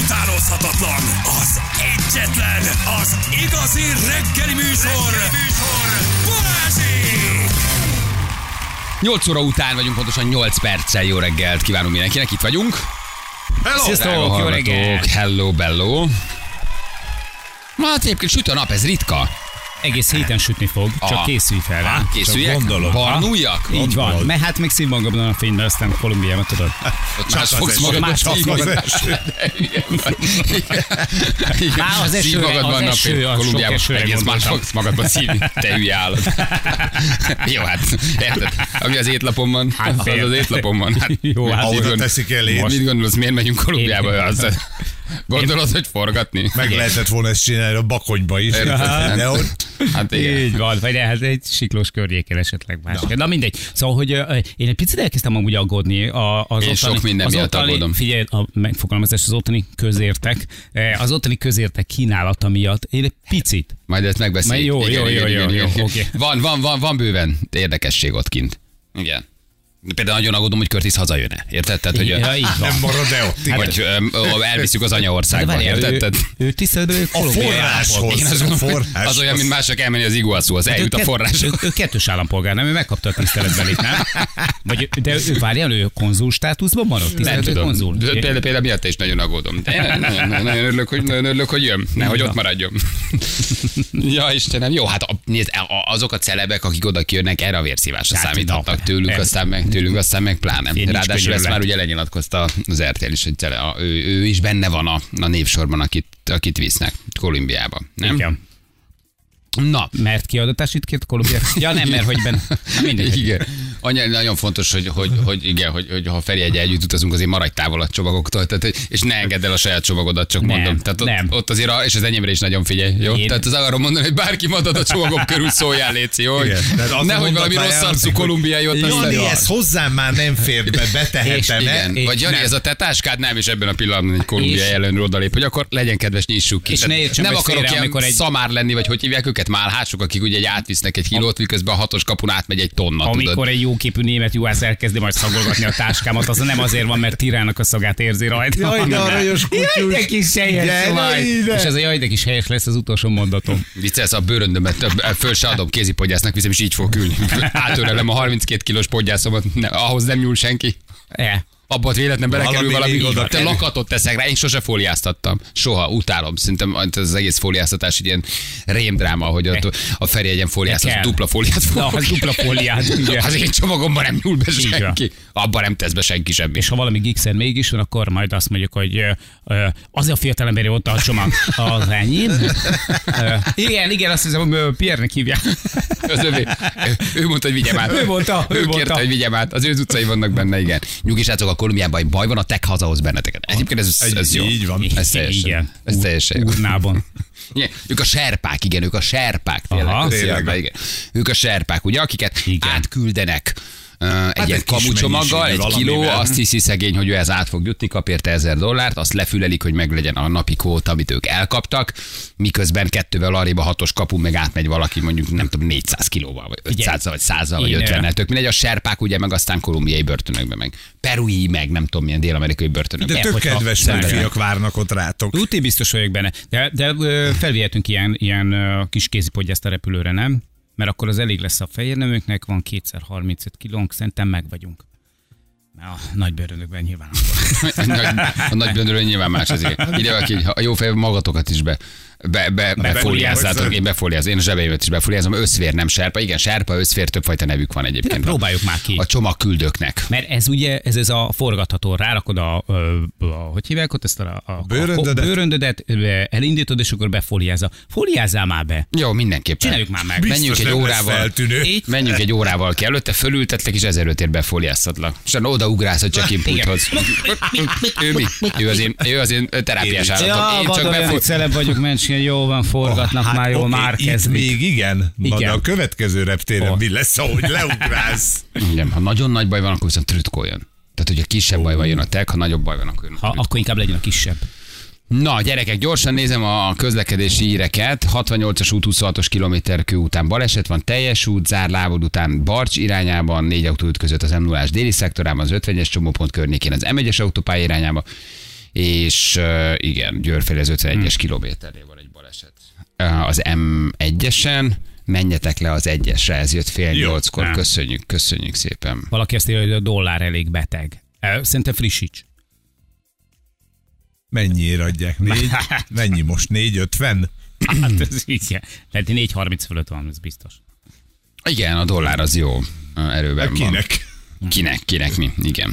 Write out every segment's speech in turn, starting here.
utánozhatatlan, az egyetlen, az igazi reggeli műsor, Balázsék! 8 óra után vagyunk, pontosan 8 perccel. Jó reggelt kívánunk mindenkinek, itt vagyunk. Hello! Sziasztok, jó reggelt! Hello, bello. Hát egyébként süt a nap, ez ritka. Egész héten sütni fog, csak készülj fel rá. Készüljek? gondolom. Barnuljak? Így van, mert hát még színmagadban a fényben, aztán Kolumbiában, tudod. Ott más fogsz magadban szívmagadban. Az eső, a sok esőre egész más gondoltam. fogsz magadban szívni. Te hülye állat. Jó, hát érted? Ami az étlapon van, az az étlapon van. Hát, Jó, hát Ahol teszik elé. mit gondolsz, miért megyünk Kolumbiába? Gondolod, hogy forgatni? Meg lehetett volna ezt csinálni a Bakonyba is. De ott... Hát igen. Így van, vagy lehet egy siklós környéken esetleg más. Na mindegy. Szóval, hogy én egy picit elkezdtem amúgy aggódni az Én sok minden miatt aggódom. Figyelj, a megfogalmazás az ottani közértek, kínálata miatt. Én egy picit. Majd ezt megbeszéljük. Jó, Igen. oké. Van bőven érdekesség ott kint. Igen. Például nagyon aggódom, hogy Curtis hazajön-e. Érted? Tehát, hogy, Ja, így van. Nem marad-e ott? vagy elviszük az anyaországba. Érted? Ő tiszteletben A forráshoz. Én azt gondolom, az olyan, mint mások elmenni az Iguazuhoz. Eljut a forráshoz. Ő kettős állampolgár, nem? Ő megkapta a tiszteletbelit, nem? Vagy, de ő várjál, ő konzul státuszban marad? Nem Tiszteletben tudom. konzul? Például miatt is nagyon aggódom. De nagyon örülök, hogy jön. Nehogy ott maradjon. Ja, Istenem. Jó, hát nézd, azok a celebek, akik oda kijönnek, erre a vérszívásra Hát, számíthatnak. Tőlük aztán meg pláne. Nincs Ráadásul ezt könyörlet. már ugye lenyilatkozta az RTL is, hogy ő is benne van a névsorban, akit visznek Kolumbiába. Nem? Igen. Na, Mert kiadatást kért Kolumbiát? Ja nem, mert hogy benne. Mindegy. igen. Nagyon fontos, hogy ha Feri együtt utazunk, azért maradj távol a csomagoktól, tehát, és ne engedd el a saját csomagodat, csak Nem, mondom. Tehát ott azért, és az enyémre is nagyon figyelj, jó? Én- Tehát az akarom mondani, hogy bárki madad a csomagok körül szóljál, léci, jó? Igen, tehát azt Nehogy valami mondatná rossz el, arcú hogy- kolumbiai ott Jani, aztán- ez hozzám már nem fér be, betehetem-e? Igen, vagy Jani, ez a te táskád nem, és ebben a pillanatban egy kolumbiai És- ellenről odalép, hogy akkor legyen kedves, nyissuk ki. És ne értsen nem meg akarok félre, ilyen amikor egy- szamár lenni, vagy hogy hívják őket, málhások, akik ugye átvisznek egy kilót, miközben a 6-os kapun átmegy egy tonna, tudod. Amikor egy jóképű német juhász elkezdi majd szagolgatni a táskámat, az nem azért van, mert Tirának a szagát érzi rajta. Jaj, de hanem- aranyos kutyus. Jaj, de kis helyes Gyere vagy. ide. És ez a jaj, de kis helyes lesz az utolsó mondatom. Viccelsz, a bőröndömet föl se adom, kézipodgyásznak viszem, és így fog ülni. Átörelem a 32 kilós podgyászomat, ahhoz nem nyúl senki. Abba ott véletlen belekerül Valami még valami, oda te kerül. lakatot teszek rá, én sose fóliáztattam. Soha, utálom. Szerintem ez az egész fóliáztatás egy ilyen rémdráma, hogy ott a Feri egyen fóliáztat, Kell. dupla fóliát Na, fogok. az dupla fóliát, ugye. Az én csomagomban nem nyúl be Így van. senki. Abban nem tesz be senki semmit. És ha valami gigszer mégis van, akkor majd azt mondjuk, hogy az a fiatalember ott a csomag az enyém. Igen, azt hiszem, hogy Pierre-nek hívják. Az övé. Ő mondta, hogy vigyem át. Ő mondta. Kérte, hogy vigyem át. Az ő utcai vannak benne, igen. Nyugi srácok, a Kolumbiában baj van, a tech hazahoz benneteket. Egyébként ez jó. Így van. Ez teljesen. Igen. Ez teljesen jó. Urnában. Igen, ők a serpák, igen, ők a serpák. Aha. Tényleg, köszi, Tényleg. Alba, igen. Ők a serpák, ugye, akiket Igen. átküldenek egy ilyen egy kis kamucsomaggal, mennyiségű egy kiló, valamivel. azt hiszi szegény, hogy ő ez át fog jutni, kap érte $1000, azt lefülelik, hogy meglegyen a napi kvóta, amit ők elkaptak, miközben 2-vel arrébb a 6-os kapun meg átmegy valaki mondjuk nem tudom 400 kilóval, vagy 500 vagy 100-al, vagy Én- 50-nel, tök mindegy, a serpák ugye meg aztán kolumbiai börtönökbe, meg perui, meg nem tudom milyen dél-amerikai börtönökbe. De tök hogyha kedves szemben- férfiak várnak ott rátok. Úti biztos vagyok benne. De felvihetünk ilyen kis kézipodgyászt a repülőre, nem? Mert akkor az elég lesz a fehérneműknek, van 2x35 kilónk, szerintem meg vagyunk. A nagy bőrönökben nyilván. A nagy bőrönről nyilván más azért. Ide valaki, ha jó fej, magatokat is befóliázzátok, én befóliázom, én a zsebeimet is befóliázom, összvér, nem serpa. Igen, serpa, összvér, többfajta nevük van egyébként. Próbáljuk már ki. A csomagküldőknek. Mert ez ugye, ez a forgatható, rárakod hogy hívják ott ezt a Bőröndödet? bőröndödet, elindítod, és akkor befóliázza. Fóliázzál már be. Jó, mindenképpen. Csináljuk már meg. Menjünk Biztos egy nem lesz órával. feltűnő. Így? Menjünk egy órával ki előtte, fölültetlek, és 1500-ért befóliáztatlak. És odaugrálsz a check-in pulthoz. Ő mi? Ő az én terápiás állatom. Ja, Én csak olyan celeb vagyok, Mencsi, jó van, forgatnak már, jó, oké, már itt kezdik. még igen. Na, Igen. de a következő reptéren Oh. mi lesz, ahogy leugrálsz? Igen, ha nagyon nagy baj van, akkor viszont trütkoljon. Tehát, hogyha kisebb baj van, jön a tech, ha nagyobb baj van, akkor jön a trütk. Akkor inkább legyen a kisebb. Na, gyerekek, gyorsan nézem a közlekedési híreket. 68-as út 26-os kilométerkő után baleset van, teljes út, Zárlávod után Barcs irányában, 4 autóút között az M0-ás déli szektorában, az 50-es csomópont környékén az M1-es autópálya irányába, és igen, Győr felé az 51-es kilométernél van egy baleset. Az M1-esen, menjetek le az 1-esre, ez jött 7:30-kor, köszönjük szépen. Valaki azt írja, hogy a dollár elég beteg. Szerintem frissíts. Mennyire adják? Mennyi most? 4,50? Hát ez igen. Tehát 4,30 fölött van, ez biztos. Igen, a dollár az jó erőben Kinek? van. Kinek mi? Igen.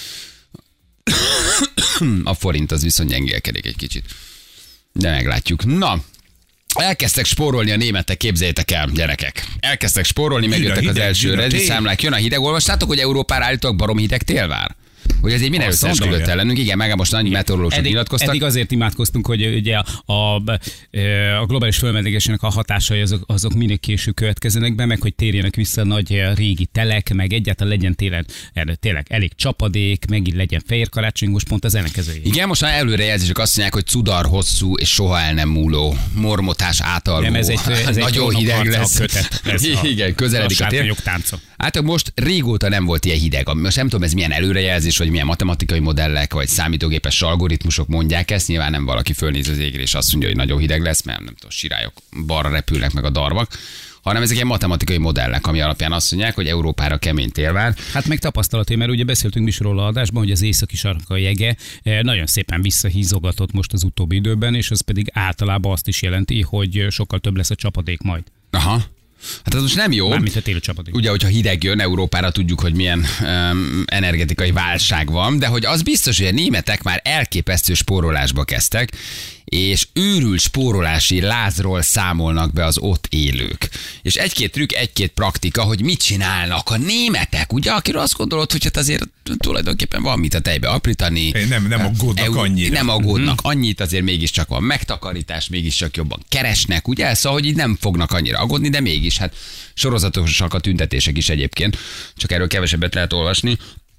A forint az viszont gyengélkedik egy kicsit. De meglátjuk. Na, elkezdtek spórolni a németek, képzeljétek el, gyerekek. Elkezdtek spórolni, megjöttek az első rezsiszámlák. Jön a hideg. Olvastátok, hogy Európára állítólag barom hideg tél vár? Hogy ezért minden összeesküdött ellenünk. Igen, meg most annyi meteorológusok nyilatkoztak. Eddig azért imádkoztunk, hogy ugye a globális fölmelegedésnek a hatásai azok minél később következzenek be, meg hogy térjenek vissza nagy régi telek, meg egyáltalán legyen télen tényleg elég csapadék, megint legyen fehér karácsony, most pont az ellenkezője. Igen, most már előrejelzések azt mondják, hogy cudar hosszú és soha el nem múló, mormotás átalvó. Nem, ez nagyon hideg lesz. Igen, közeledik a tél. Hát most régóta nem volt ilyen hideg. Most nem tudom, ez milyen előrejelzés, vagy milyen matematikai modellek, vagy számítógépes algoritmusok mondják ezt. Nyilván nem valaki fölnéz az égre, és azt mondja, hogy nagyon hideg lesz, mert nem tudom, sirályok balra repülnek meg a darvak, hanem ezek ilyen matematikai modellek, ami alapján azt mondják, hogy Európára kemény tél vár. Hát meg tapasztalaté, mert ugye beszéltünk is róla adásban, hogy az északi sarka jege nagyon szépen visszahízogatott most az utóbbi időben, és az pedig általában azt is jelenti, hogy sokkal több lesz a csapadék majd. Aha. Hát ez most nem jó. Mármint a téli csapadék. Ugye, hogyha hideg jön Európára, tudjuk, hogy milyen energetikai válság van, de hogy az biztos, hogy a németek már elképesztő spórolásba kezdtek, és őrült spórolási lázról számolnak be az ott élők. És egy-két trükk, egy-két praktika, hogy mit csinálnak a németek, ugye, akiről azt gondolod, hogy hát azért tulajdonképpen van mit a tejbe aprítani. Nem aggódnak annyira. Nem aggódnak annyit, azért mégiscsak van megtakarítás, mégiscsak jobban keresnek, ugye? Szóval, hogy így nem fognak annyira aggódni, de mégis, hát sorozatosak a tüntetések is egyébként, csak erről kevesebbet lehet olvasni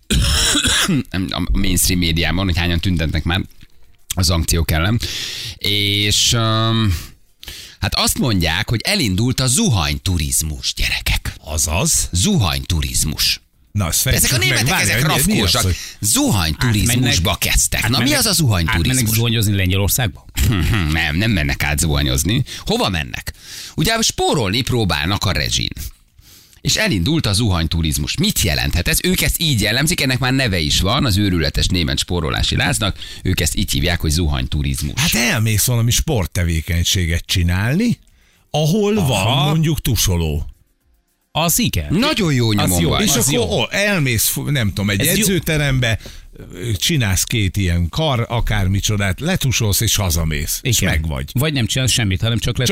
a mainstream médiában, hogy hányan tüntetnek már a szankciók ellen. És hát azt mondják, hogy elindult a zuhanyturizmus, gyerekek. Azaz? Zuhanyturizmus. Na, ezek a németek, ezek rafkósak. Zuhanyturizmusba kezdtek. Na mi az a zuhanyturizmus? Mennek zuhanyozni Lengyelországba? Nem mennek át zuhanyozni. Hova mennek? Ugye spórolni próbálnak a rezsin. És elindult a zuhanyturizmus. Mit jelenthet ez? Ők ezt így jellemzik, ennek már neve is van, az őrületes német spórolási láznak. Ők ezt így hívják, hogy zuhanyturizmus. Hát elmész valami sporttevékenységet csinálni, ahol van mondjuk tusoló. Az igen. Nagyon jó nyomon van. És akkor elmész, nem tudom, egy edzőterembe, csinálsz két ilyen kar, akármicsodát, letusolsz és hazamész. És meg vagy. Vagy nem csinálsz semmit, hanem csak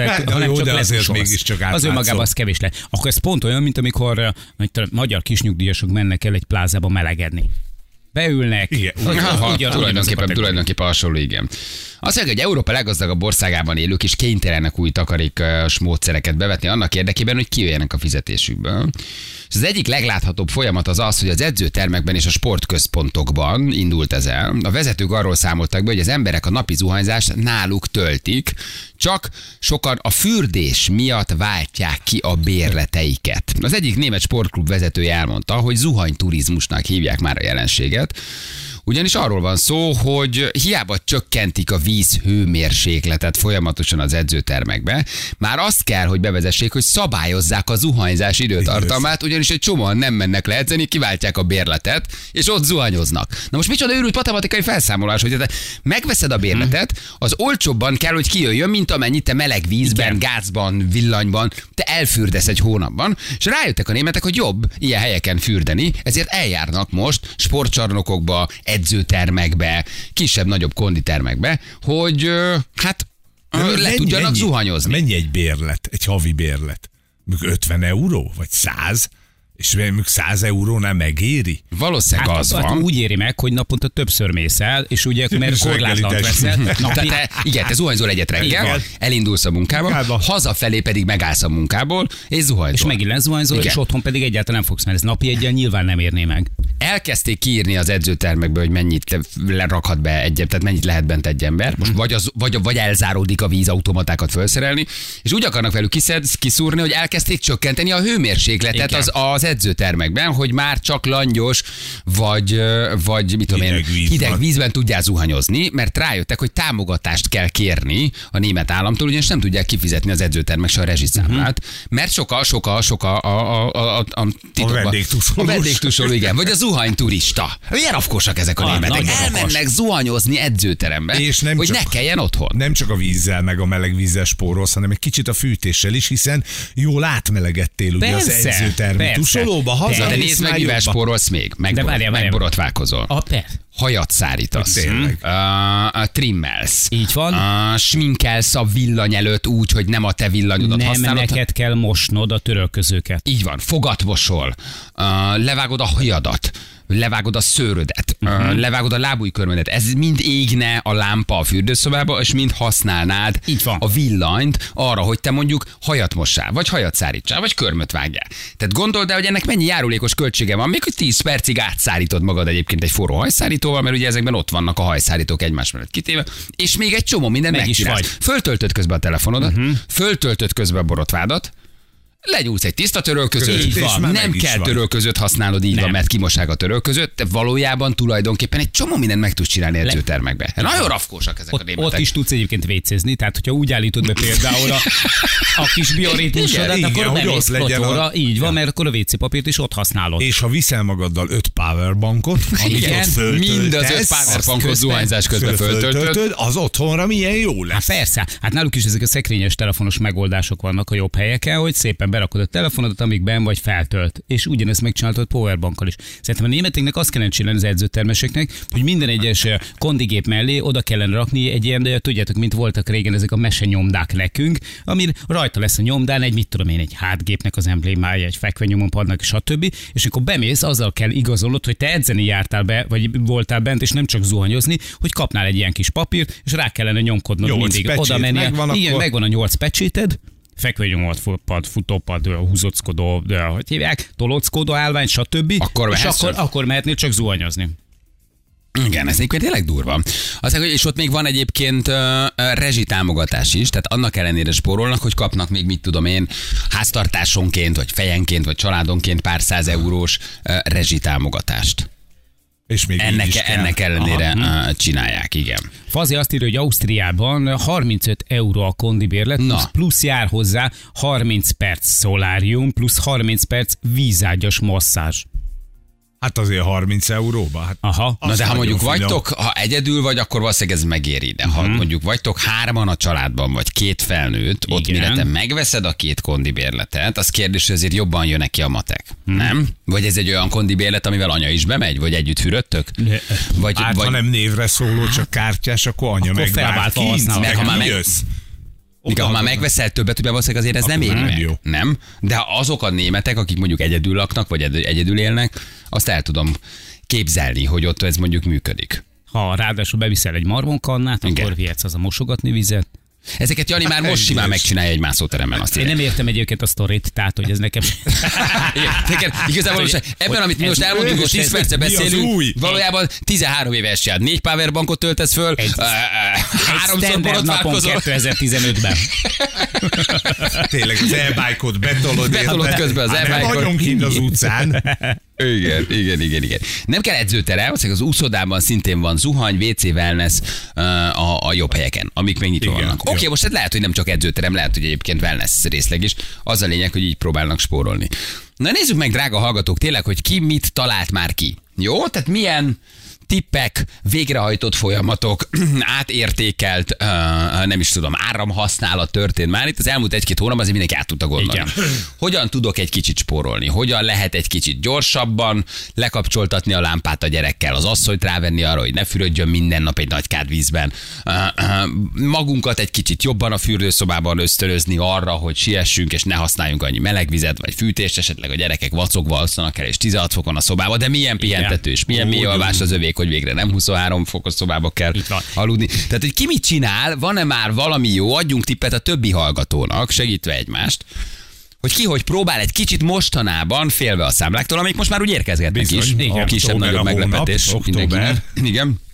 azért mégiscsak átlátszol. Az önmagában az kevés le. Akkor ez pont olyan, mint amikor magyar kisnyugdíjasok mennek el egy plázába melegedni. Beülnek. Igen. Tulajdonképpen hasonló, igen. Azt mondja, hogy Európa leggazdagabb országában élők is kénytelenek új takarékos módszereket bevetni annak érdekében, hogy kijöjjenek a fizetésükből. És az egyik legláthatóbb folyamat az az, hogy az edzőtermekben és a sportközpontokban indult ez el. A vezetők arról számoltak be, hogy az emberek a napi zuhanyzást náluk töltik, csak sokan a fürdés miatt váltják ki a bérleteiket. Az egyik német sportklub vezetője elmondta, hogy zuhanyturizmusnak hívják már a jelenséget, ugyanis arról van szó, hogy hiába csökkentik a víz hőmérsékletet folyamatosan az edzőtermekbe, már azt kell, hogy bevezessék, hogy szabályozzák a zuhanyzás időtartamát, ugyanis egy csomóan nem mennek le edzeni, kiváltják a bérletet, és ott zuhanyoznak. Na most micsoda őrült matematikai felszámolás, hogy te megveszed a bérletet, az olcsóbban kell, hogy kijöjjön, mint amennyit te meleg vízben, gázban, villanyban, te elfürdesz egy hónapban, és rájöttek a németek, hogy jobb ilyen helyeken fürdeni, ezért eljárnak most sportcsarnokokba, edzőtermekbe, kisebb-nagyobb konditermekbe, hogy hát le tudjanak zuhanyozni. Mennyi egy bérlet, egy havi bérlet? 50 euró? Vagy 100? És mondjuk 100 eurónál megéri? Valószínűleg az van. Úgy éri meg, hogy naponta többször mész el, és ugye mert korlátlant veszel. Igen, te zuhanyzol egyet reggel, elindulsz a munkába, hazafelé pedig megállsz a munkából, és zuhanyzol. És megint lezuhanyzol, és otthon pedig egyáltalán nem fogsz, mert ez napi egyen nyilván nem érné meg. Elkezdték kiírni az edzőtermekbe, hogy mennyit lerakhat be egyet, tehát mennyit lehet bent egy ember. Most vagy elzáródik a vízautomatákat felszerelni, és úgy akarnak velük kiszúrni, hogy elkezdték csökkenteni a hőmérsékletet az edzőtermekben, hogy már csak langyos, vagy mit tudom én, hideg vízben tudjál zuhanyozni, mert rájöttek, hogy támogatást kell kérni a német államtól, ugyanis nem tudják kifizetni az edzőtermek se a rezsiszámlát, mert soka a vendégtusoló, igen, vagy a zuhanyturista. Milyen afkosak ezek a németek. Elmennek zuhanyozni edzőterembe, és hogy ne kelljen otthon. Nem csak a vízzel, meg a meleg vízzel spórolsz, hanem egy kicsit a fűtéssel is, hiszen jól átmelegedtél ugye az edzőtermi tusolóba, haza. De nézd meg, mivel spórolsz még. Megborotválkozol. Hajat szárítasz. Trimmelsz. Így van. Sminkelsz a villany előtt úgy, hogy nem a te villanyodat használod. Nem neked kell mosnod a törölközőket. Így van. Fogat mosol. Levágod a hajadat. Levágod a szőrödet, levágod a lábujjkörmedet. Ez mind égne a lámpa a fürdőszobába, és mind használnád a villanyt arra, hogy te mondjuk hajat mossál, vagy hajat szárítsál, vagy körmöt vágjál. Tehát gondold el, hogy ennek mennyi járulékos költsége van, még hogy 10 percig átszárítod magad egyébként egy forró hajszárítóval, mert ugye ezekben ott vannak a hajszárítók egymás mellett kitéve, és még egy csomó minden megcsinálsz. Föltöltöd közben a telefonodat, föltöltöd közben a borotvádat, legyújtsz egy tiszta törölközőt, nem kell törölközőt használod, így van, mert kimoság a törölközőt, de valójában tulajdonképpen egy csomó mindent meg tudsz csinálni edzőtermekbe. Nagyon rafkósak ezek a németek. Ott is tudsz egyébként vécézni, tehát hogyha úgy állítod be például a kis bioritmusodat, akkor bemész flotóra, így van, mert akkor a WC papírt is ott használod. És ha viszel magaddal 5 powerbankot, amit ott föltöltesz, mind az 5 powerbankot zuhanyzás közben föltöltöd, az otthonra milyen jó lesz. Hát persze, hát náluk is ezek a szekrényes telefonos megoldások vannak a jobb helyeken, hogy szépen berakod a telefonodat, amíg benn vagy, feltölt. És ugyanezt megcsináltad powerbankkal is. Szerintem a németeknek azt kellene csinálni az edzőtermeseknek, hogy minden egyes kondigép mellé oda kellene rakni egy ilyen, tudjátok, mint voltak régen ezek a mesenyomdák nekünk, ami rajta lesz a nyomdán egy hátgépnek az emblémája, egy fekvenyomon padnak, stb. És akkor bemész, azzal kell igazolod, hogy te edzeni jártál be, vagy voltál bent, és nem csak zuhanyozni, hogy kapnál egy ilyen kis papírt, és rá kellene nyomkodnod mindig oda menni. Igen, megvan a 8 pecséted, fekvőnyomat, futópad, húzockodó, hogy hívják, tolóckodó állvány, stb. Akkor mehetnél csak zuhanyozni. Igen, ez egyébként tényleg durva. Aztán, és ott még van egyébként rezsitámogatás is, tehát annak ellenére spórolnak, hogy kapnak még, mit tudom én, háztartásonként, vagy fejenként, vagy családonként pár 100 eurós rezsitámogatást. És még ennek ellenére csinálják, igen. Fazi azt írja, hogy Ausztriában 35 euró a kondibérlet, plusz jár hozzá 30 perc szolárium, plusz 30 perc vízágyas masszázs. Hát azért 30 euróba. Hát aha. Na de ha mondjuk vagytok, ha egyedül vagy, akkor valószínűleg ez megéri. De ha mondjuk vagytok 3 a családban, vagy 2 felnőtt, ott mire te megveszed a 2 kondibérletet, az kérdés, hogy azért jobban jön neki a matek. Nem? Vagy ez egy olyan kondibérlet, amivel anya is bemegy, vagy együtt fürödtök? Vagy ha nem névre szóló, csak kártyás, akkor anya megvált ki. Ha már megveszel többet, hogy valószínűleg azért ez nem éri meg. Jó. Nem? De azok a németek, akik mondjuk egyedül laknak, vagy egyedül élnek, azt el tudom képzelni, hogy ott ez mondjuk működik. Ha ráadásul beviszel egy marmonkannát, akkor vihetsz az a mosogatni vizet. Ezeket Jani már most simán megcsinálja egy mászóteremben. Azt én nem értem egyébként a sztorit, tehát hogy ez nekem... Igazából ebben, amit mi most elmondtunk, hogy 10 perce beszélünk, valójában 13 éves csináld. 4 powerbankot töltesz föl, 3-szor borotválkozol. 2015-ben. Tényleg az e-bike-ot betolod. Betolod közben az e-bike-ot. Nagyon kint az utcán. Igen. Nem kell edzőterem, az úszodában szintén van zuhany, WC, wellness a jobb helyeken, amik még nyitva vannak. Oké, most lehet, hogy nem csak edzőterem, lehet, hogy egyébként wellness részleg is. Az a lényeg, hogy így próbálnak spórolni. Na nézzük meg, drága hallgatók, tényleg, hogy ki mit talált már ki. Jó? Tehát milyen tippek, végrehajtott folyamatok, átértékelt, nem is tudom, áramhasználat történt már itt. Az elmúlt 1-2 hónapban azért mindenki át tudta gondolni. Hogyan tudok egy kicsit spórolni? Hogyan lehet egy kicsit gyorsabban lekapcsoltatni a lámpát a gyerekkel, az asszonyt rávenni arra, hogy ne fürödjön minden nap egy nagy kádvízben. Magunkat egy kicsit jobban a fürdőszobában ösztönözni arra, hogy siessünk és ne használjunk annyi melegvizet vagy fűtést, esetleg a gyerekek vacogva alszanak el és 16 fokon a szobába, de milyen pihentető és milyen mély alvás az övék, hogy végre nem 23 fokos szobába kell aludni. Tehát, hogy ki mit csinál, van-e már valami jó, adjunk tippet a többi hallgatónak, segítve egymást, hogy ki hogy próbál egy kicsit mostanában félve a számláktól, amik most már úgy érkezgetnek is. Igen. Kisebb-nagyobb meglepetés. Október. Igen.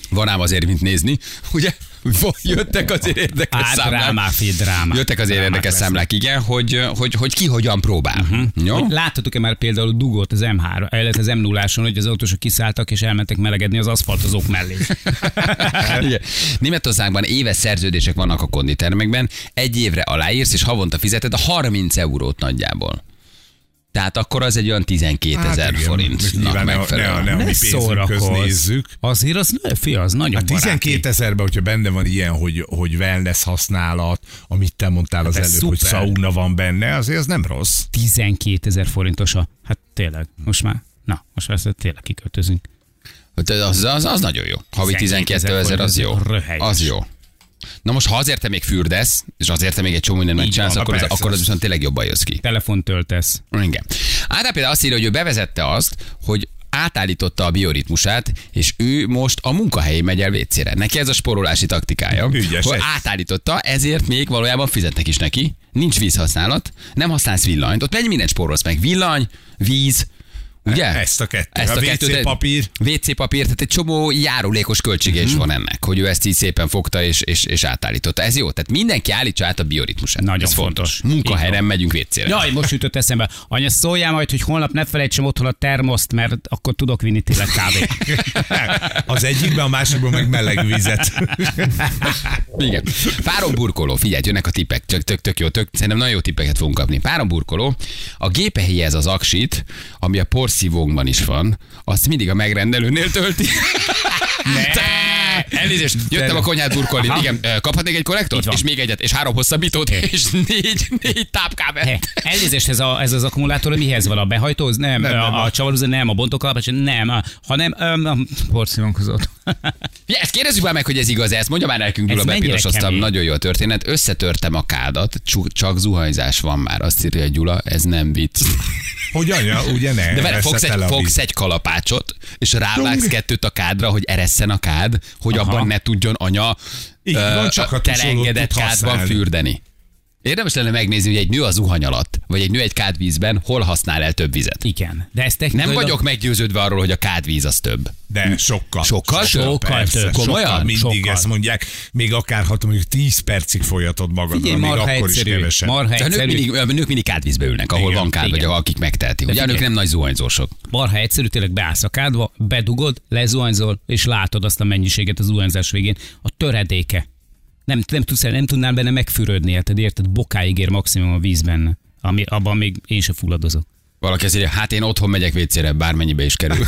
Van ám azért, mint nézni, ugye? Jöttek azért érdekes számlák. Jöttek azért érdekes számlák, igen, hogy ki hogyan próbál. Jó? Láthatok-e már például dugót az M3, illetve az M0-áson, hogy az autósok kiszálltak és elmentek melegedni az aszfaltozók mellé. Igen. Németországban éves szerződések vannak a konditermekben, 1 évre aláírsz, és havonta fizeted a 30 eurót nagyjából. Tehát akkor az egy olyan 12 000 forintnak megfelelő. Ne a mi pénzünkhöz nézzük. Azért az nagyon 12 000-ben, hogyha benne van ilyen, hogy wellness használat, amit te mondtál az előbb, hogy sauna van benne, azért az nem rossz. 12 000 forintos hát tényleg, most már ezt tényleg kiköltözünk. Az nagyon jó. Havi 12 000 az jó. Az jó. Na most, ha azért te még fürdesz, és azért te még egy csomó mindent megcsinálsz, akkor az viszont tényleg jobban jössz ki. Telefont töltesz. Igen. Ádám például azt írja, hogy ő bevezette azt, hogy átállította a bioritmusát, és ő most a munkahelyén megy el vécére. Neki ez a sporolási taktikája. Ügyes, hogy átállította, ezért még valójában fizetnek is neki. Nincs vízhasználat, nem használsz villanyt. Ott mennyi mindent spórolsz meg? Villany, víz, ugye? Ezt a kettőt. A WC papír. WC papír, tehát egy csomó járulékos költsége is van ennek, hogy ő ezt így szépen fogta és átállította. Ez jó, tehát mindenki állítsa át a bioritmusát. Nagyon ez fontos. Munkahelyen megyünk WC-re. Jaj, most jutott eszembe. Anya, szóljál majd, hogy holnap ne felejtsem otthon a termoszt, mert akkor tudok vinni tényleg kávét. Az egyikben, a másikban meg meleg vizet. Igen. Páron burkoló, figyelj, jönnek a tippek, tök jó, szerintem nagyon jó tippeket fogunk kapni. Páron burkoló, a gépe helyez az aksit, ami a porszívónkban is van, azt mindig a megrendelőnél tölti. Elnézést, jöttem a konyhát burkolni. Igen, kaphatnék egy konnektort? És még egyet, és 3 hosszabbítót, és 4 tápkábelt. Elnézést, ez az akkumulátor mihez van? A behajtóhoz? Nem. A csavarhúzó? Nem. A bontókalapács? Nem. Hanem a porszívónkhoz ott. Ja, ezt kérdezzük már meg, hogy ez igaz, ezt mondja már nekünk, Gyula, bepirosoztam, nagyon jó a történet. Összetörtem a kádat, csak zuhanyzás van már. Azt írja, hogy Gyula, ez nem vicc. Hogy anya, ugye ne? De vele, fogsz egy kalapácsot, és rávágsz 2 a kádra, hogy eresszen a kád, hogy abban ne tudjon anya telengedett kádban fürdeni. Érdemes lenne megnézni, hogy egy nő a zuhany alatt, vagy egy nő egy kádvízben hol használ el több vizet. Igen. De ezt nem vagyok meggyőződve arról, hogy a kádvíz az több. De sokkal. Sokkal több. Komolyan? Mindig ezt mondják, még akár mondjuk 10 percig folyatod magadra, még akkor is kevesen. A nők mindig kádvízbe ülnek, ahol van kád, vagy akik megtehetik. Ugye a nők nem nagy zuhanyzósok. Marha egyszerű, tényleg beállsz a kádba, bedugod, lezuhanyzol, és látod azt a mennyiséget a zuhanyzás végén. A töredéke. Nem tudnál benne megfürödni, érted? Bokáig ér maximum a víz benne. Abban még én sem fulladozok. Valaki azt írja, hát én otthon megyek vécére, bármennyibe is kerül.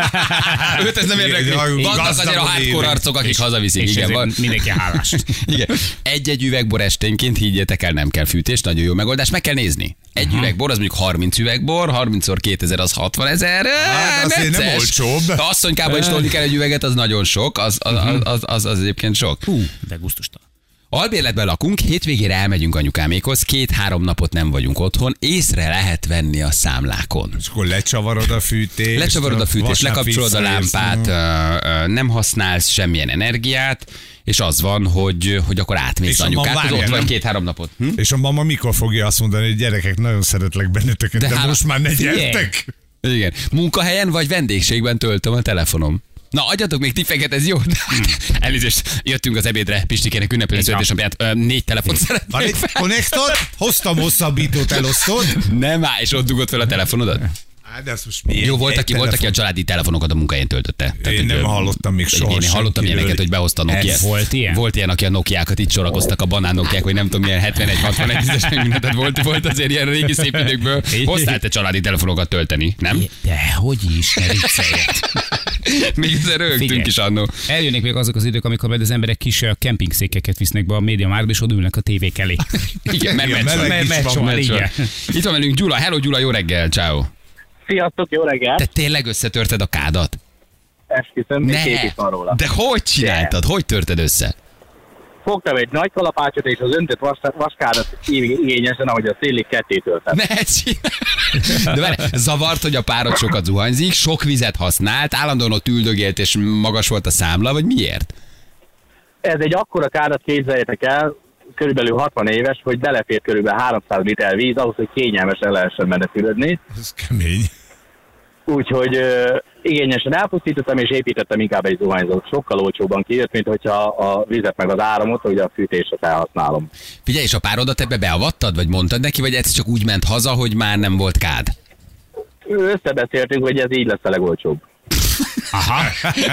Őt ez nem érdekli. Vannak azért a hardcore arcok, akik hazaviszik. Igen, mindenki hálás. Igen. Egy üvegbor esténként, higgyétek el, nem kell fűtés, nagyon jó megoldás, meg kell nézni. Egy üvegbor, az mondjuk 30 üvegbor, 30x2000 az 60 000. Hát azért nem olcsóbb. Ha asszonykában is tolni kell egy üveget, az nagyon sok, az egyébként sok. De gusztustalan. Albérletben lakunk, hétvégére elmegyünk anyukámékhoz, 2-3 napot nem vagyunk otthon, észre lehet venni a számlákon. És akkor lecsavarod a fűtést. Lekapcsolod a lámpát, nem használsz semmilyen energiát, és az van, hogy akkor átmész anyukához, ott vagy 2-3 napot. És a mama mikor fogja azt mondani, hogy gyerekek, nagyon szeretlek benneteket, de most már ne gyertek? Igen. Munkahelyen vagy vendégségben töltöm a telefonom. Na, adjatok még tippeket, ez jó. Elnézést, jöttünk az ebédre, Pistikének ünnepelni a születésnapját, 4 telefont szeretnék fel. Konnektor, hoztam hosszabbítót, elosztod. Nem áll, és ott dugott fel a telefonodat. De ezt most jó, volt, aki a családi telefonokat a munkahelyen töltötte. Én nem hallottam még soha. Én hallottam ilyeneket, hogy behozta a Nokia. Volt ilyen, aki a Nokiákat itt sorakoztak, a banán Nokiák, hogy nem tudom, milyen 71-61-es, tehát volt azért ilyen régi szép időkből. Hoztál te családi telefonokat tölteni, nem? De hogy is, ne vicceljek. Még ezzel rögtünk is annó. Eljönnek még azok az idők, amikor majd az emberek kis kempingszékeket visznek be a MediaMarktba, és oda ülnek a tévék elé. Igen, mert van. Itt van velünk Gyula. Hello Gyula, jó reggel, ciao. Sziasztok, jó reggel! Te tényleg összetörted a kádat? Esküszöm, még képít van róla. De hogy csináltad? Hogy törted össze? Fogtam egy nagy kalapácsot, és az öntött vaskádat igényesen, ahogy a szélig kettétöltem. Ne csinálj! De várj, zavart, hogy a párod sokat zuhanyzik, sok vizet használt, állandóan ott üldögélt, és magas volt a számla, vagy miért? Ez egy akkora kádat, képzeljétek el, körülbelül 60 éves, hogy belefér körülbelül 300 liter víz, ahhoz, hogy kényelmesen lehessen benne fürödni. Ez kemény. Úgyhogy igényesen elpusztítottam, és építettem inkább egy zuhanyzót. Sokkal olcsóbban kijött, mint hogyha a vizet meg az áramot, ugye a fűtésre felhasználom. Figyelj, és a párodat ebbe beavattad, vagy mondtad neki, vagy ez csak úgy ment haza, hogy már nem volt kád? Összebeszéltünk, hogy ez így lesz a legolcsóbb. Aha.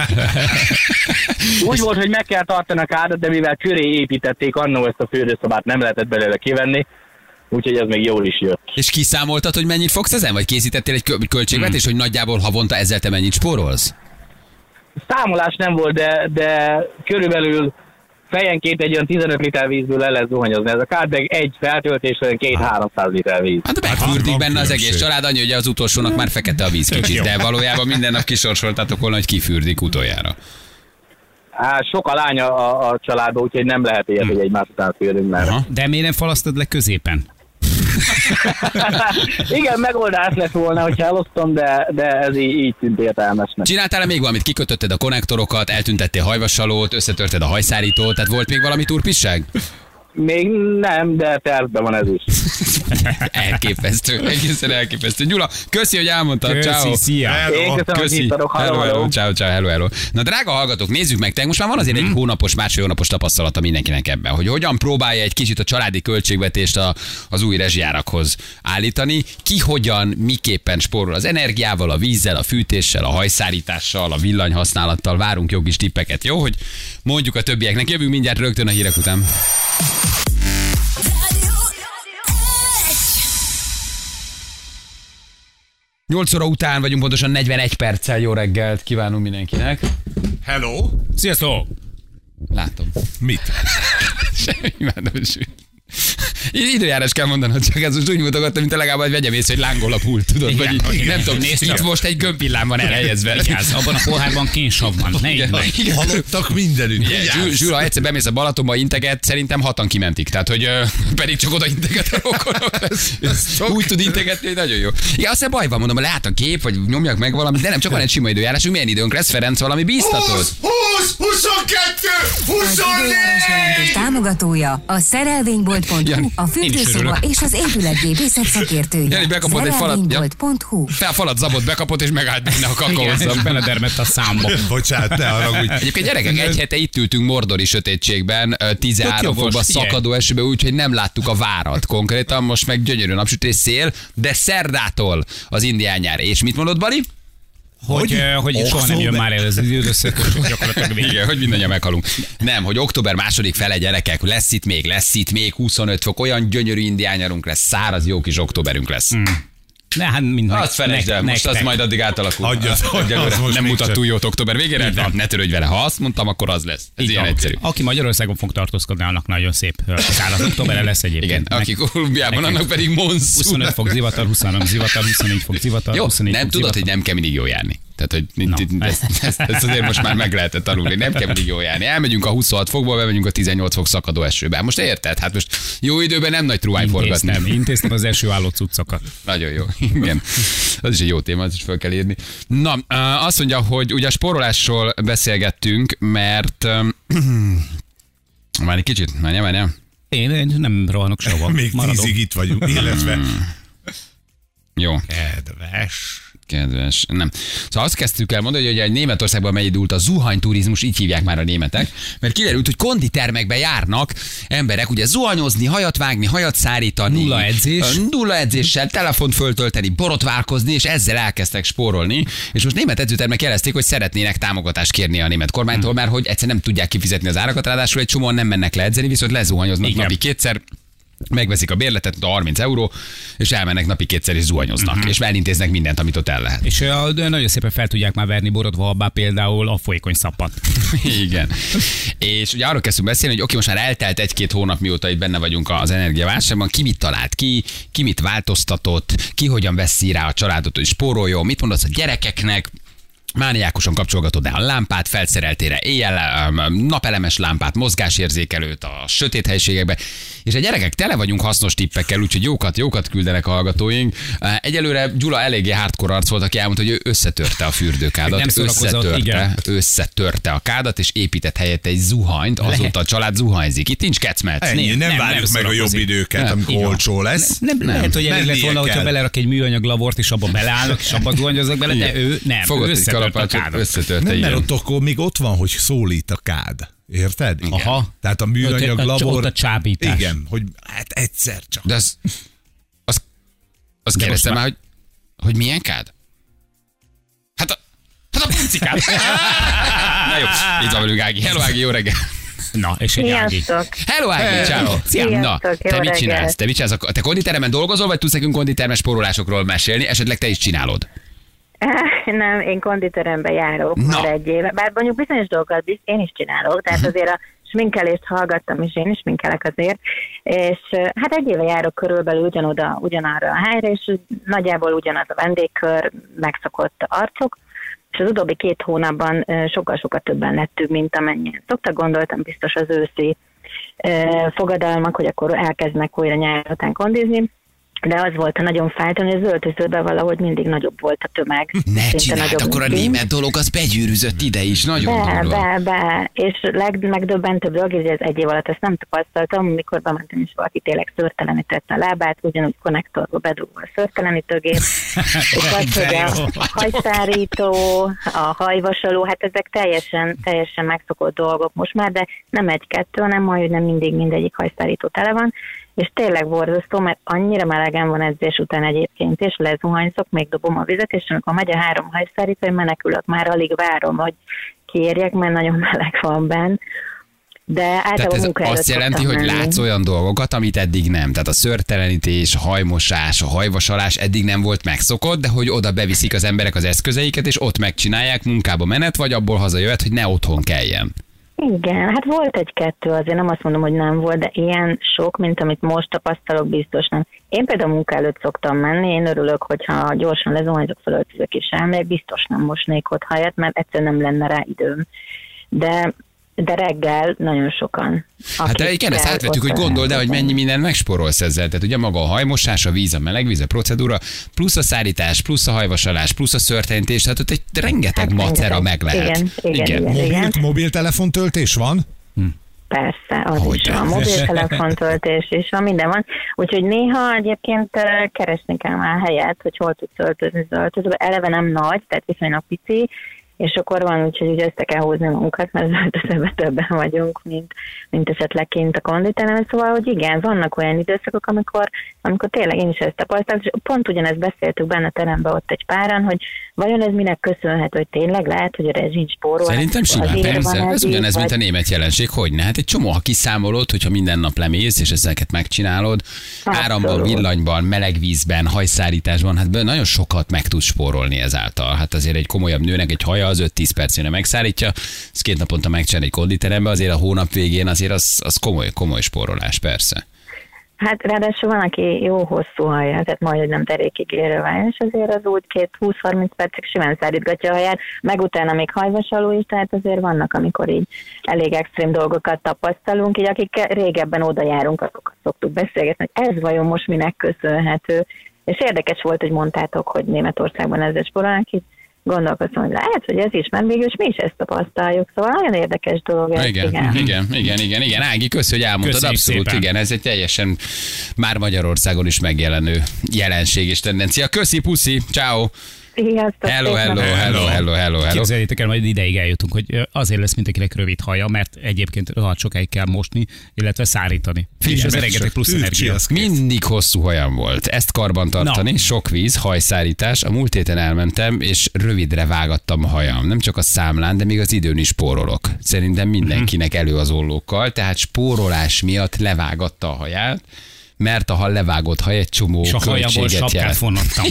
Úgy volt, hogy meg kell tartani a kádat, de mivel köré építették annó ezt a fürdőszobát, nem lehetett belőle kivenni, úgyhogy ez még jól is jött. És kiszámoltad, hogy mennyit fogsz ezen? Vagy készítettél egy költségvetést, hogy nagyjából havonta ezzel te mennyit spórolsz? Számolás nem volt, de körülbelül fejenként egy olyan 15 liter vízből le lehet zuhanyozni. Ez a kádbeg egy feltöltésre 200-300 liter víz. Hát megfürdik benne az egész család, annyi, hogy az utolsónak már fekete a víz kicsit, de valójában minden nap kisorsoltátok volna, hogy kifürdik utoljára. Hát sok a lány a családban, úgyhogy nem lehet ilyet, hogy egymás után fürdünk már. De miért nem falasztod le középen? Igen, megoldás lett volna, hogyha elosztom, de ez így tűnt értelmesnek. Csináltál még valamit? Kikötötted a konnektorokat, eltüntettél hajvasalót, összetörted a hajszárítót, tehát volt még valami turpisság? Még nem, de tervben van ez is. Elképesztő, egészen elképesztő. Gyula, köszi, hogy elmondtad. Ciao. Szia. Én köszönöm, hogy hívtatok. Hello. Ciao, hello. Na drága hallgatók, nézzük meg, te most már van azért egy hónapos, másfél hónapos tapasztalata mindenkinek ebben, hogy hogyan próbálja egy kicsit a családi költségvetést az új rezsijárakhoz állítani, ki hogyan, miképpen spórol az energiával, a vízzel, a fűtéssel, a hajszárítással, a villanyhasználattal. Várunk jó kis tippeket, jó? Hogy mondjuk a többieknek. Jövünk mindjárt rögtön a hírek után. 8 óra után vagyunk, pontosan 41 perccel. Jó reggelt kívánunk mindenkinek. Hello. Sziasztok! Látom. Mit? Semmi, imádom. Időjárás kell mondanod, csak ez most úgy mutogatta, mint a legalább, hogy vegyem észre, hogy lángol a pult, tudod? Igen, Vagy így, igen. nem tudom, Nézd itt csak. most egy gömbvillám van elhelyezve. Vigyázz, abban a pohárban kénsav van. Ne idd meg. Halottak mindenütt. Zsula, ha egyszer bemész a Balatonba, integet, szerintem 6-an kimentik. Tehát, hogy pedig csak oda integet a rokonok. Úgy tud integetni, hogy nagyon jó. Igen, aztán baj van, mondom, ha lát a kép, vagy nyomjak meg valamit, de nem csak van egy sima időjárásunk, milyen időnk lesz, Ferenc, valami bíztatót? 20, 22, 24! Időjárás jelentés támogatója a szerelvénybolt.hu, a fürdőszoba és az épületgépészet szakértője. Jani bekapott egy falat. Szerelvénybolt.hu. Falat zabot bekapott, és megállt benne a Igen, kakaózzal. és beledermett a számba. Bocsánat, ne haragudj. Egyébként gyerekek, egy hete itt ültünk mordori sötétségben, 13 jogos, fokban figyelj. szakadó esőben, úgyhogy nem láttuk a várat konkrétan, most meg gyönyörű napsütés, szél, de szerdától az indián nyár. És mit mondod, Bali? Hogy soha nem jön már el ez az időszak, hogy gyakorlatilag végig. Igen, hogy mindannyian meghalunk. Nem, hogy október második fele, gyerekek, lesz itt még 25 fok, olyan gyönyörű indián nyarunk lesz, száraz jó kis októberünk lesz. Ne, hát mind Azt felejtsd el, most az majd addig átalakul. Hagyja, Egyelőre az most nem mutat nincsen. túl jót október végére, Így van. ne törődj vele. Ha azt mondtam, akkor az lesz. Ez Így ilyen van. egyszerű. Aki Magyarországon fog tartózkodni, annak nagyon szép száraz októberre lesz egyébként. Igen, aki Kolumbiában, nekünk annak pedig monszun. 25 fok zivatar, 23 zivatar, 24 fok zivatar, Jó, 24 nem fok tudod, zivatar. hogy nem kell mindig jól járni. Tehát, hogy Na, ezt azért most már meg lehetett tanulni. Nem kell mindig jól járni. Elmegyünk a 26 fokból, bemegyünk a 18 fok szakadó esőbe. Most érted? Hát most jó időben nem nagy truvány forgatni. Intéztem az első álló cuccokat. Nagyon jó. Igen. Az is egy jó téma, az is fel kell írni. Na, azt mondja, hogy ugye a spórolásról beszélgettünk, mert már egy kicsit, várjál. Én nem rohanok sehova. Még Maradok. 10-ig itt vagyunk, illetve Jó. Kedves, nem. Szóval azt kezdtük el mondani, hogy Németországban megindult a zuhanyturizmus, így hívják már a németek, mert kiderült, hogy konditermekbe járnak emberek, ugye zuhanyozni, hajat vágni, hajat szárítani. Nulla edzés. Nulla edzéssel, telefont föltölteni, borotválkozni, és ezzel elkezdtek spórolni. És most német edzőtermek jelezték, hogy szeretnének támogatást kérni a német kormánytól, mert hogy egyszer nem tudják kifizetni az árakat, ráadásul egy csomóan nem mennek le edzeni, viszont lezuhanyoznak Igen. napi kétszer. Megveszik a bérletet, a 30 euró, és elmennek napi kétszer és zuhanyoznak, és elintéznek mindent, amit ott el lehet. És nagyon szépen fel tudják már verni borotva abbá például a folyékony szappat. Igen. És ugye arról kezdtünk beszélni, hogy oké, most már eltelt 1-2 hónap, mióta itt benne vagyunk az energiaválságban, ki mit talált ki mit változtatott, ki hogyan veszi rá a családot, hogy spóroljon, mit mondasz a gyerekeknek, mániákusan kapcsolgatod el a lámpát, felszereltére éjjel, napelemes lámpát, mozgásérzékelőt a sötét helységekbe, és a gyerekek tele vagyunk hasznos tippekkel, úgyhogy jókat küldenek a hallgatóink. Egyelőre Gyula eléggé hardcore arc volt, aki elmondta, hogy ő összetörte a fürdőkádat, összetörte a kádat, és épített helyette egy zuhanyt, azóta a család zuhanyzik. Itt nincs kecmet. Nem várjuk meg a jobb időket, amikor olcsó lesz. Nem lehet, hogy elég lett volna, hogyha belerak egy műanyag lavort, és abba beleállnak, és abba zuhanyoznak bele, de ő nem. Összetörte a kádat. Mert akkor még ott van, hogy szólít a kád. Érted? Igen. Aha. Tehát a műanyag labor... Ott a csábítás. Igen, hogy hát egyszer csak. De az kérdeztem már, hogy milyen kád? Hát a puncikád. Na jó, itt van velünk Ági. Hello Ági, jó reggel. Na, és egy Ági. Hello Ági, ciao. Na, te mit csinálsz? Te konditeremben dolgozol, vagy tudsz nekünk konditermes spórolásokról mesélni? Esetleg te is csinálod? Nem, én konditerembe járok már egy éve. Bár mondjuk bizonyos dolgokat én is csinálok, tehát azért a sminkelést hallgattam, és én is sminkelek azért. És hát egy éve járok körülbelül ugyanarra a helyre, és nagyjából ugyanaz a vendégkör, megszokott arcok, és az utóbbi 2 hónapban sokkal többen lettünk, mint amennyien szoktak. Gondoltam biztos az őszi fogadalmak, hogy akkor elkezdnek újra nyár után kondizni. De az volt a nagyon fájtan, hogy az öltözőben valahogy mindig nagyobb volt a tömeg. Ne csináld, akkor a német dolog az begyűrűzött ide is, nagyon durva. És legmegdöbbentőbb dolog, hogy ez egy év alatt ezt nem tapasztaltam, amikor bementem, és valaki tényleg szőrtelenítette a lábát, ugyanúgy konnektorba bedugva a szőrtelenítőgép, és az, hogy a hajszárító, a hajvasaló, hát ezek teljesen megszokott dolgok most már, de nem 1-2, hanem majdnem mindig mindegyik hajszárító tele van. És tényleg borzasztó, mert annyira melegen van edzés után egyébként, és lezuhanyzok, még dobom a vizet, és amikor megy a 3 hajszárító, én menekülök, már alig várom, hogy kiérjek, mert nagyon meleg van benn. De általában ez azt jelenti, hogy látsz olyan dolgokat, amit eddig nem. Tehát a szőrtelenítés, a hajmosás, a hajvasalás eddig nem volt megszokott, de hogy oda beviszik az emberek az eszközeiket, és ott megcsinálják, munkába menet, vagy abból hazajöhet, hogy ne otthon kelljen. Igen, hát volt 1-2, azért nem azt mondom, hogy nem volt, de ilyen sok, mint amit most tapasztalok, biztos nem. Én például munka előtt szoktam menni, én örülök, hogyha gyorsan lezuhanyzok, felöltözök és elmegyek, biztos nem mosnék ott hajat, mert egyszerűen nem lenne rá időm. De reggel nagyon sokan. Hát igen, ezt átvettük, hogy gondold el, hogy mennyi mindent megspórolsz ezzel. Tehát ugye maga a hajmosás, a víz, a meleg víz, a procedúra, plusz a szárítás, plusz a hajvasalás, plusz a szőrtelentés, tehát ott egy rengeteg macera meg lehet. Igen. Mobiltelefontöltés van? Persze, az is van. Mobiltelefontöltés is van, minden van. Úgyhogy néha egyébként keresni kell már helyet, hogy hol tudsz öltözni az öltözőbe. Eleve nem nagy, tehát viszonylag pici, és akkor van úgy, hogy össze kell hozni magunkat, mert az öltözőben többen vagyunk, mint esetleg kint a konditeremben. Szóval, hogy igen, vannak olyan időszakok, amikor tényleg én is ezt tapasztaltam, és pont ugyanezt beszéltük benne a teremben ott egy páran, hogy vajon ez minek köszönhető, hogy tényleg lehet, hogy a rezsin spórol. Szerintem simán, persze. Ez ugyanez, mint a német jelenség, hogyne. Hát egy csomó, ha kiszámolod, hogyha minden nap lemész, és ezeket megcsinálod, áramban, villanyban, meleg vízben, hajszárításban, hát nagyon sokat meg tudsz spórolni ezáltal. Hát azért egy komolyabb nőnek egy haja az 5-10 percére megszárítja, ezt 2 naponta megcsinál egy konditerembe, azért a hónap végén azért az komoly spórolás, persze. Hát ráadásul van, aki jó hosszú haja, tehát majd, hogy nem terékig érő van, és azért az úgy 20-30 percig simán szárítgatja a haját, meg utána még hajvasaló is, tehát azért vannak, amikor így elég extrém dolgokat tapasztalunk, így akik régebben oda járunk, azokat szoktuk beszélgetni, hogy ez vajon most minek köszönhető, és érdekes volt, hogy mondtátok, hogy Németországban ezzel spórolnak, így gondolkoztam, hogy lehet, hogy ez is, mert mégis mi is ezt tapasztaljuk, szóval nagyon érdekes dolog. Igen. Ági, kösz, hogy elmondtad, köszönjük abszolút, szépen. igen, ez egy teljesen már Magyarországon is megjelenő jelenség és tendencia. Köszi, puszi, ciao. Sziasztok, Hello. Képzeljétek el, majd ideig eljutunk, hogy azért lesz mindenkinek rövid haja, mert egyébként rohadt sokáig kell mosni, illetve szárítani. És ez rengeteg plusz energia. Mindig hosszú hajam volt. Ezt karban tartani, sok víz, hajszárítás. A múlt héten elmentem, és rövidre vágattam a hajam. Nem csak a számlán, de még az időn is spórolok. Szerintem mindenkinek elő az ollókkal, tehát spórolás miatt levágatta a haját, mert a hal levágott haj egy csomó És a hajából költséget jelent. sapkát vonattam.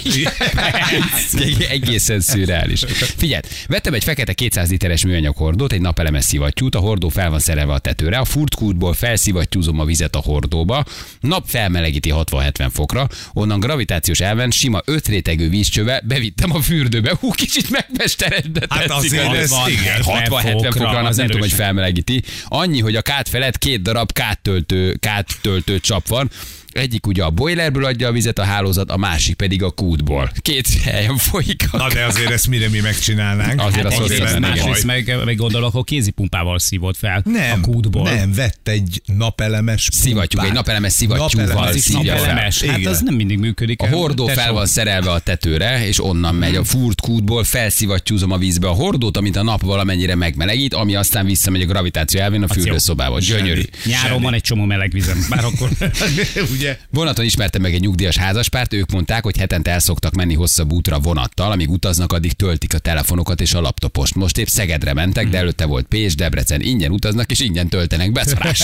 Egészen szürreális. Figyelj, vettem egy fekete 200 literes műanyag hordót, egy napelemes szivattyút, a hordó fel van szerelve a tetőre, a furtkútból felszivattyúzom a vizet a hordóba, nap felmelegíti 60-70 fokra, onnan gravitációs elven sima 5 rétegű vízcsöve bevittem a fürdőbe. Kicsit megmesteredett. Hát azért ez igen. 60-70 fokra, az nem tudom, hogy felmelegíti. Annyi, hogy a kád felett 2 darab kádtöltő csap van. Egyik ugye a boilerből adja a vizet a hálózat, a másik pedig a kútból. 2 helyen folyik. Na de azért ezt mire mi megcsinálnánk? Azért az azért Másrészt meg gondolok, hogy kézipumpával szívott fel a kútból. Nem, vett egy napelemes Szivattyúk, egy napelemes szivattyúval szívja fel. Napelemes. Hát az nem mindig működik. A hordó fel van szerelve a tetőre, és onnan megy a furt kútból, felszivattyúzom a vízbe a hordót, amit a nap valamennyire megmelegít, ami aztán visszamegy a gravitáció elvén a fürdőszobába. Gyönyörű. Nyáron van egy csomó meleg vizem, bár akkor... Ugye? Vonaton ismertem meg egy nyugdíjas házaspárt, ők mondták, hogy hetente el szoktak menni hosszabb útra vonattal, amíg utaznak, addig töltik a telefonokat és a laptopost. Most épp Szegedre mentek, de előtte volt Pécs, Debrecen, ingyen utaznak és ingyen töltenek, beszarás.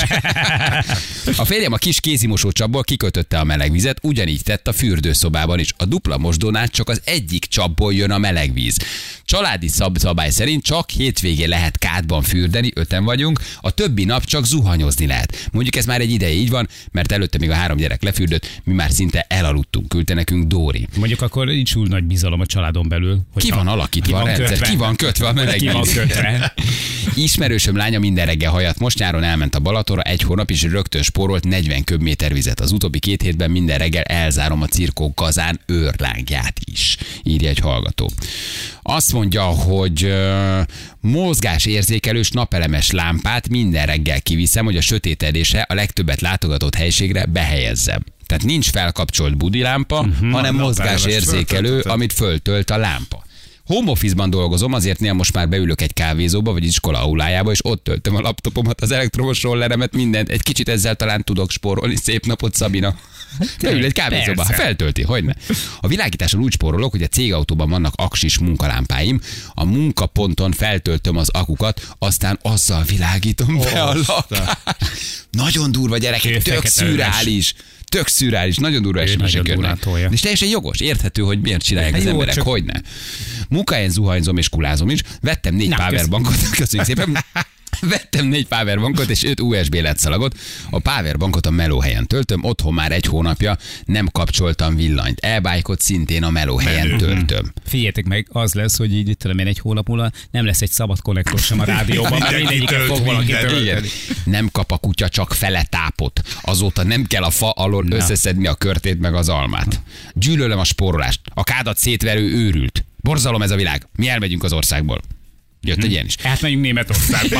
A férjem a kis kézimosócsapból kikötötte a meleg vizet, ugyanígy tett a fürdőszobában is. A dupla mosdónál csak az egyik csapból jön a meleg víz. Családi szabály szerint csak hétvégén lehet kádban fürdeni, 5-en vagyunk, a többi nap csak zuhanyozni lehet. Mondjuk ez már egy ideje így van, mert előtte még a 3 gyerek lefürdött, mi már szinte elaludtunk, küldte nekünk Dóri. Mondjuk akkor nincs úgy nagy bizalom a családon belül. Ki van alakítva a rendszer? Ki van kötve a meleg víz? Ismerősöm lánya minden reggel hajat. Most nyáron elment a Balatonra 1 hónap, és rögtön spórolt 40 köbméter vizet. Az utóbbi 2 hétben minden reggel elzárom a cirkó kazán őrlángját is, írja egy hallgató. Azt mondja, hogy mozgásérzékelős napelemes lámpát minden reggel kiviszem, hogy a sötétedésre a legtöbbet látogatott helységre behelyezzem. Tehát nincs felkapcsolt budilámpa, hanem mozgásérzékelő, amit föltölt a lámpa. Home office-ban dolgozom, azért néha most már beülök egy kávézóba, vagy iskola aulájába, és ott töltöm a laptopomat, az elektromos rolleremet, mindent. Egy kicsit ezzel talán tudok spórolni. Szép napot, Szabina. Beül egy kávézóba, feltölti, hogyne. A világításon úgy spórolok, hogy a cégautóban vannak aksis munkalámpáim, a munkaponton feltöltöm az akukat, aztán azzal világítom be a lakást. Nagyon durva, gyerekek, tök szürreális, nagyon durva események jönnek. És teljesen jogos, érthető, hogy miért csinálják az emberek, hogyne. Munkahelyen zuhanyzom és kulázom is, vettem 4 powerbankot, köszönjük szépen. Vettem 4 powerbankot és 5 USB ledszalagot. A powerbankot a melóhelyen töltöm, otthon már 1 hónapja nem kapcsoltam villanyt. E-bike-ot szintén a melóhelyen töltöm. Figyeljetek meg, az lesz, hogy így tudom én 1 hónap múlva nem lesz egy szabad konnektor sem a rádióban, mert mindegyiket fog valaki tölteni. Nem kap a kutya csak fele tápot. Azóta nem kell a fa alól összeszedni a körtét meg az almát. Gyűlölöm a spórolást. A kádat szétverő őrült. Borzalom ez a világ. Mi elmegyünk az országból. Jött egy ilyen is. Átmegyünk Németországba.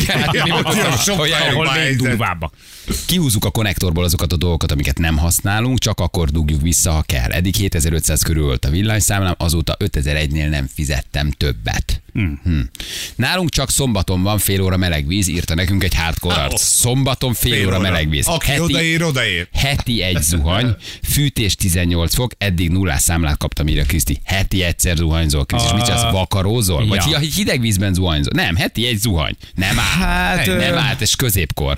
Ahol még durvábbak. Kihúzzuk a konnektorból azokat a dolgokat, amiket nem használunk, csak akkor dugjuk vissza, ha kell. Eddig 7500 körül volt a villanyszámlám, azóta 5001-nél nem fizettem többet. Nálunk csak szombaton van fél óra meleg víz, írta nekünk egy hardcore arc. Szombaton fél óra meleg víz. Aki odaér. Heti egy zuhany, fűtés 18 fok, eddig 0 számlát kaptam, írja Kriszti. Heti egyszer zuhanyzol, Kriszti. És mit csinálsz, vakarózol? Vagy hideg vízben zuhanyzol? Nem, heti egy zuhany. Nem állt, és középkor.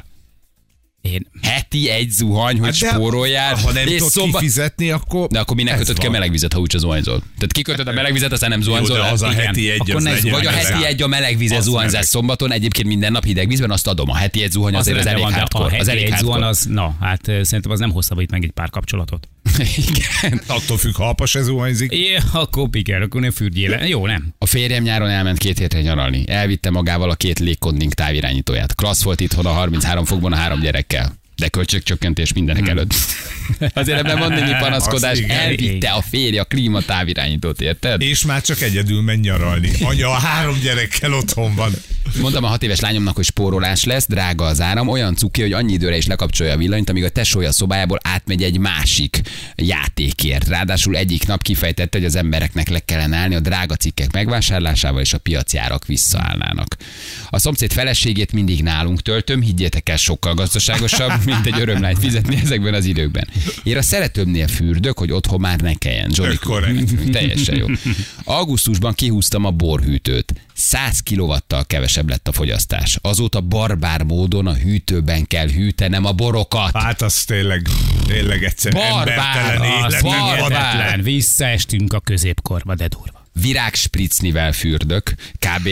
Heti egy zuhany, hogy spóroljál. Ha nem tudod kifizetni, akkor... De akkor minek kötött ki a melegvizet, ha úgyse zuhanyzol? Tehát kikötöd a melegvizet, aztán nem zuhanyzol. Az a heti egy, vagy a heti egy a melegvizet zuhanyzás szombaton, egyébként minden nap hideg vízben, azt adom. A heti egy zuhany azért az elég hardcore. Az elég hardcore. Szerintem az nem hosszabbít meg egy pár kapcsolatot. Igen. Attól függ, ha apa se zuhanyzik. Akkor piker, akkor ne fürdjél le. Jó, nem? A férjem nyáron elment 2 hétre nyaralni. Elvitte magával a 2 légkonding távirányítóját. Klassz volt itthon a 33 fokban a 3 gyerekkel. De költségcsökkentés mindenek előtt. Azért ebben van némi panaszkodás. Elvitte a férje a klímatávirányítót, érted? És már csak egyedül menj nyaralni. Anya a 3 gyerekkel otthon van. Mondtam a 6 éves lányomnak, hogy spórolás lesz, drága az áram, olyan cuki, hogy annyi időre is lekapcsolja a villanyt, amíg a tesója szobájából átmegy egy másik játékért. Ráadásul egyik nap kifejtette, hogy az embereknek le kellene állni a drága cikkek megvásárlásával, és a piaci árak visszaállnának. A szomszéd feleségét mindig nálunk töltöm, higgyétek el, sokkal gazdaságosabb, mint egy örömlányt fizetni ezekben az időkben. Én a szeretőmnél fürdök, hogy otthon már ne kelljen. Zsoli, teljesen jó. Augusztusban kihúztam a borhűtőt. 100 kilovattal kevesebb kevesebb lett a fogyasztás. Azóta barbár módon a hűtőben kell hűtenem a borokat. Hát az tényleg egyszerűen embertelen Barbár. Visszaestünk a középkorba, de durva. Virágspritznivel fürdök, kb.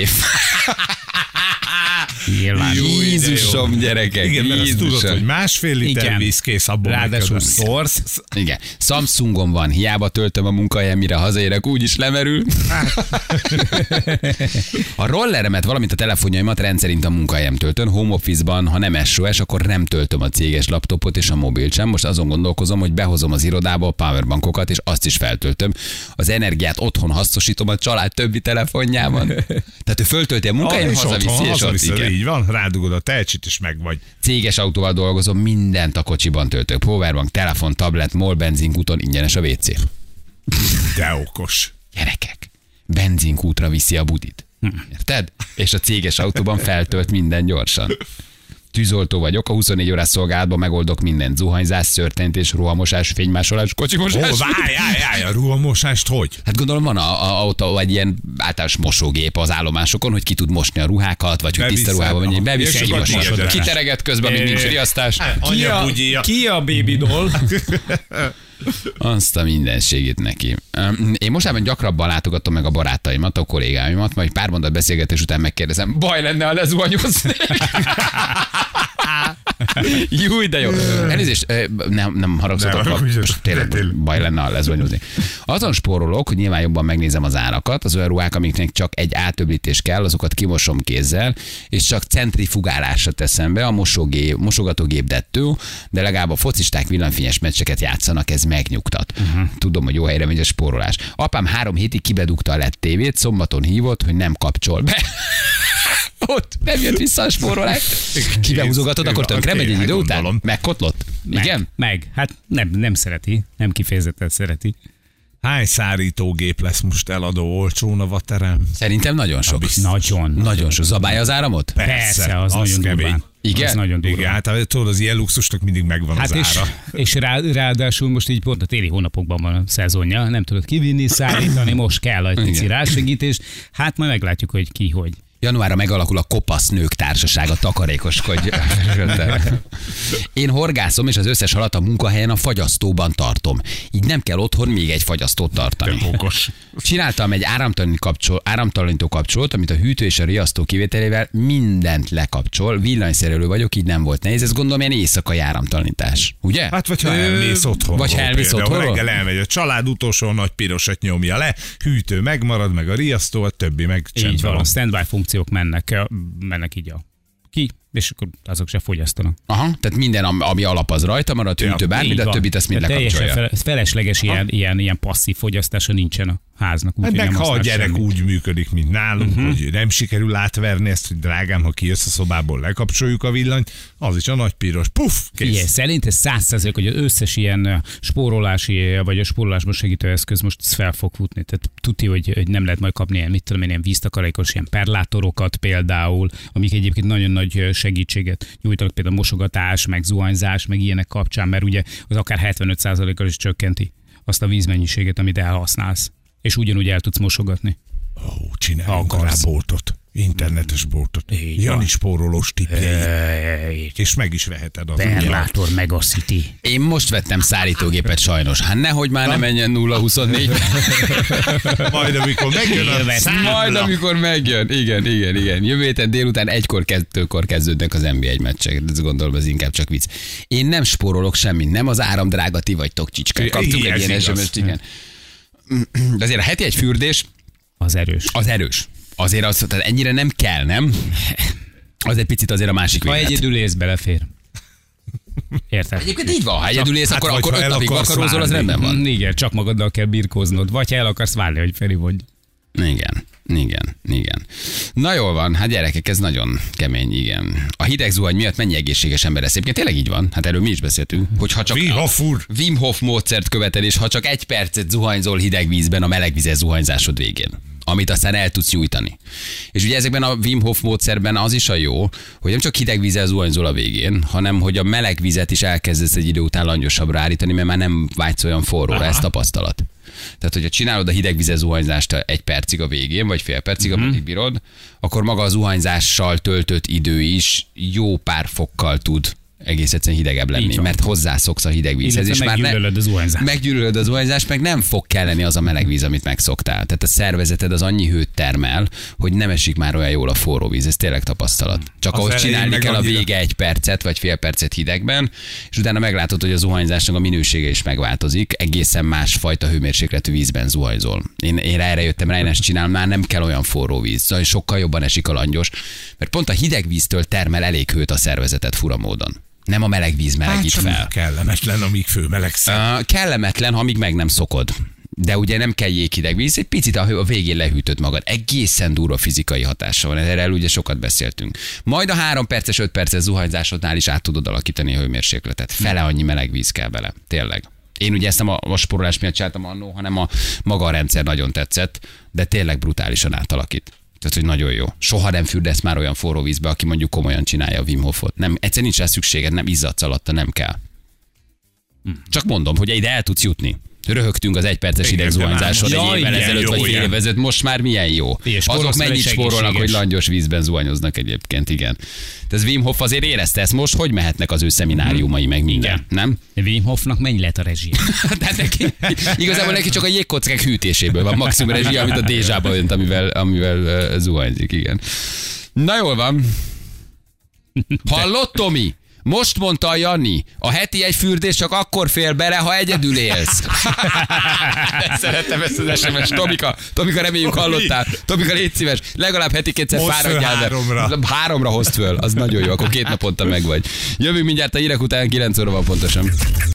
Jézusom, gyerekek. Igen, mert azt tudod, hogy 1,5 liter Igen. víz kész abból. Ráadásul szorsz. Igen. Samsungom van, hiába töltöm a munkahelyem, mire hazaérek, úgyis lemerül. A rolleremet, valamint a telefonjaimat rendszerint a munkahelyem töltön. Home office-ban, ha nem SOS, akkor nem töltöm a céges laptopot és a mobilt sem. Most azon gondolkozom, hogy behozom az irodába a powerbankokat, és azt is feltöltöm. Az energiát otthon hasznosítom a család többi telefonjában. Tehát ő föltölti a munkahelyem, hazaviszi, és ott igen. Így van, rádugod a telcsit, és meg vagy. Céges autóval dolgozom, mindent a kocsiban töltök. Powerbank, telefon, tablet, MOL, benzinkúton ingyenes a WC. De okos. Gyerekek, benzinkútra viszi a budit. Érted? És a céges autóban feltölt minden gyorsan. Tűzoltó vagyok, a 24 órás szolgálatban megoldok mindent. Zuhanyzás, szőrtentés, ruhamosás, fénymásolás, kocsimosás. Várj, a ruhamosást hogy? Hát gondolom van a autó egy ilyen általános mosógép az állomásokon, hogy ki tud mosni a ruhákat, vagy hogy tiszta ruhában menjen, beviszi, kitereget közben, amíg nincs riasztás. Ki a baby doll? Azt a mindenségét neki. Én mostában gyakrabban látogatom meg a barátaimat, a kollégáimat, majd pár mondat beszélgetés után megkérdezem, baj lenne, ha lezuhanyoznék. Júj, de jó. Elnézést, nem haragszatok. Tényleg baj lenne, ha lezuhanyozni. Azon spórolok, hogy nyilván jobban megnézem az árakat, az olyan ruhák, amiknek csak egy átöblítés kell, azokat kimosom kézzel, és csak centrifugálásra teszem be, a mosogatógép dettő, de legalább a focisták villanyfényes meccseket játszanak, ez megnyugtat. Tudom, hogy jó helyre megy a spórolás. Apám 3 hétig kibedugta a LED tévét, szombaton hívott, hogy nem kapcsol be. Ott nem jött vissza a spórolás. Kibehúzogatod, akkor tönkre megy egy idő után? Megkotlott? Igen? Meg. Hát nem szereti. Nem kifejezetten szereti. Hány szárítógép lesz most eladó olcsón a Vaterem? Szerintem nagyon sok. Nagyon sok. Zabálja az áramot? Persze, az nagyon durván. Igen? Az nagyon durván. Igen, hát tudod, az ilyen luxusnak mindig megvan az ára. És ráadásul most így pont a téli hónapokban van a szezonja, nem tudod kivinni, szállítani, most kell egy pici rásegítés. Hát majd meglátjuk, hogy ki, hogy. Januárra megalakul a kopasz nők társasága, takarékoskodj. Én horgászom, és az összes halat a munkahelyen a fagyasztóban tartom. Így nem kell otthon még egy fagyasztót tartani. Csináltam egy áramtalanító kapcsolót, amit a hűtő és a riasztó kivételével mindent lekapcsol. Villanyszerelő vagyok, így nem volt nehéz. Ez gondolom ilyen éjszakai áramtalanítás. Ugye? Hát vagy ha elmész otthon. Vagy ha elmész otthon. Reggel elmegy a család, utolsó nagy pirosat nyomja le, hűtő megmarad, meg a riasztó, a többi meg csendben. Így van, a standby funkciók mennek így ki, és akkor azok se fogyasztanak. Aha, tehát minden, ami alap az rajta marad, hűtő bármi, de a többit ezt mind lekapcsolja. Teljesen felesleges ilyen passzív fogyasztása nincsen a háznak. Hát meg ha a gyerek semmi. Úgy működik, mint nálunk, hogy nem sikerül átverni ezt, hogy drágám, ha kijössz a szobából, lekapcsoljuk a villanyt, az is a nagy piros, puff, kész. Igen, szerintem 100%, hogy az összes ilyen spórolási, vagy a spórolásban segítő eszköz most fel fog futni. Tehát tudja, hogy nem lehet majd kapni ilyen víztakarékos, ilyen perlátorokat például, amik egyébként nagyon nagy segítséget nyújtanak, például mosogatás, meg zuhanyzás, meg ilyenek kapcsán, mert ugye az akár 75%-kal is csökkenti azt a vízmennyiséget, amit elhasználsz. És ugyanúgy el tudsz mosogatni. Csináljunk rá boltot. Internetes boltot. Jani spórolós tippjei. És meg is veheted az Perlátor Megacity. Én most vettem szállítógépet sajnos. Hát nehogy már ne menjen 0-24. Majd amikor megjön a számla. Majd amikor megjön. Igen. Jövő héten délután 1-2-kor kezdődnek az NBA meccsek. Ezt gondolom, ez inkább csak vicc. Én nem spórolok semmit. Nem az áramdrága, ti vagytok csicskák. Kaptuk egy ilyen SMS-t, igen. De azért a heti egy fürdés az erős. Azért tehát ennyire nem kell, nem? Az egy picit azért a másik véglet. Ha egyedül ész, belefér. Érted? Egyébként így van, ha egyedül ész, akkor 5 napig vakarózol, az rendben van. Igen, csak magaddal kell birkóznod. Vagy ha el akarsz válni, hogy Feri vagy. Igen. Na jól van, hát gyerekek, ez nagyon kemény, igen. A hideg zuhany miatt mennyi egészséges ember lesz? Egyébként tényleg így van, hát erről mi is beszéltünk. Hogyha csak Wim Hof módszert követel, és ha csak 1 percet zuhanyzol hideg vízben a melegvizes zuhanyzásod végén, amit aztán el tudsz nyújtani. És ugye ezekben a Wim Hof módszerben az is a jó, hogy nem csak hideg vízzel zuhanyzol a végén, hanem hogy a meleg vizet is elkezdesz egy idő után langyosabbra állítani, mert már nem vágysz olyan forróra, ez tapasztalat. Tehát, hogyha csinálod a hidegvizes zuhanyzást 1 percig a végén, vagy fél percig, ameddig bírod, akkor maga a zuhanyzással töltött idő is jó pár fokkal tud egész egyszerűen hidegebb lenni, mert hozzászoksz a hideg vízhez, és már meggyűlölöd a zuhanyzást, meg nem fog kelleni az a meleg víz, amit megszoktál. Tehát a szervezeted az annyi hőt termel, hogy nem esik már olyan jól a forró víz, ez tényleg tapasztalat. Csak ahhoz csinálni kell a vége 1 percet, vagy fél percet hidegben, és utána meglátod, hogy a zuhanyzásnak a minősége is megváltozik, egészen másfajta hőmérsékletű vízben zuhanyzol. Én erre jöttem rá, én ezt csinálom, már nem kell olyan forró víz, szóval sokkal jobban esik a langyos, mert pont a hideg víztől termel elég hőt a szervezeted fura módon. Nem a meleg víz melegít fel. Kellemetlen, amíg fölmelegszik. Kellemetlen, amíg meg nem szokod. De ugye nem kell jéghideg víz, egy picit a végén lehűtöd magad. Egészen durva fizikai hatása van, erről ugye sokat beszéltünk. Majd a 3 perces, 5 perces zuhanyzásodnál is át tudod alakítani a hőmérsékletet. Fele annyi meleg víz kell bele. Tényleg. Én ugye ezt nem a sporolás miatt csináltam annó, hanem a maga a rendszer nagyon tetszett, de tényleg brutálisan átalakít. Tehát, hogy nagyon jó. Soha nem fürdesz már olyan forró vízbe, aki mondjuk komolyan csinálja a Wim Hofot. Nem, egyszerűen nincs rá szükséged, nem izzadsz alatta, nem kell. Csak mondom, hogy ide el tudsz jutni. Röhögtünk az 1 perces idegzuhanyzáson egy évvel ezelőtt, vagy fél év ezelőtt, most már milyen jó. Azok mennyit spórolnak, hogy langyos vízben zuhanyoznak egyébként, igen. De ez Wim Hof azért érezte ezt most, hogy mehetnek az ő szemináriumai, meg minden, igen. Nem? Wim Hofnak mennyi lehet a rezsia? Igazából neki csak a jégkockák hűtéséből van maximum rezsia, amit a Dézsába önt, amivel zuhanyzik, igen. Na jól van. Hallott, Tomi? Most mondta a Jani, a heti egy fürdés csak akkor fér bele, ha egyedül élsz. Szeretem ezt az SMS. Tomika, reméljük hallottál. Tomika, légy szíves, legalább heti 2-szer fáradjál. 3-ra hozd föl, az nagyon jó, akkor 2 naponta meg vagy. Jövünk mindjárt a hírek után, 9 óra van pontosan.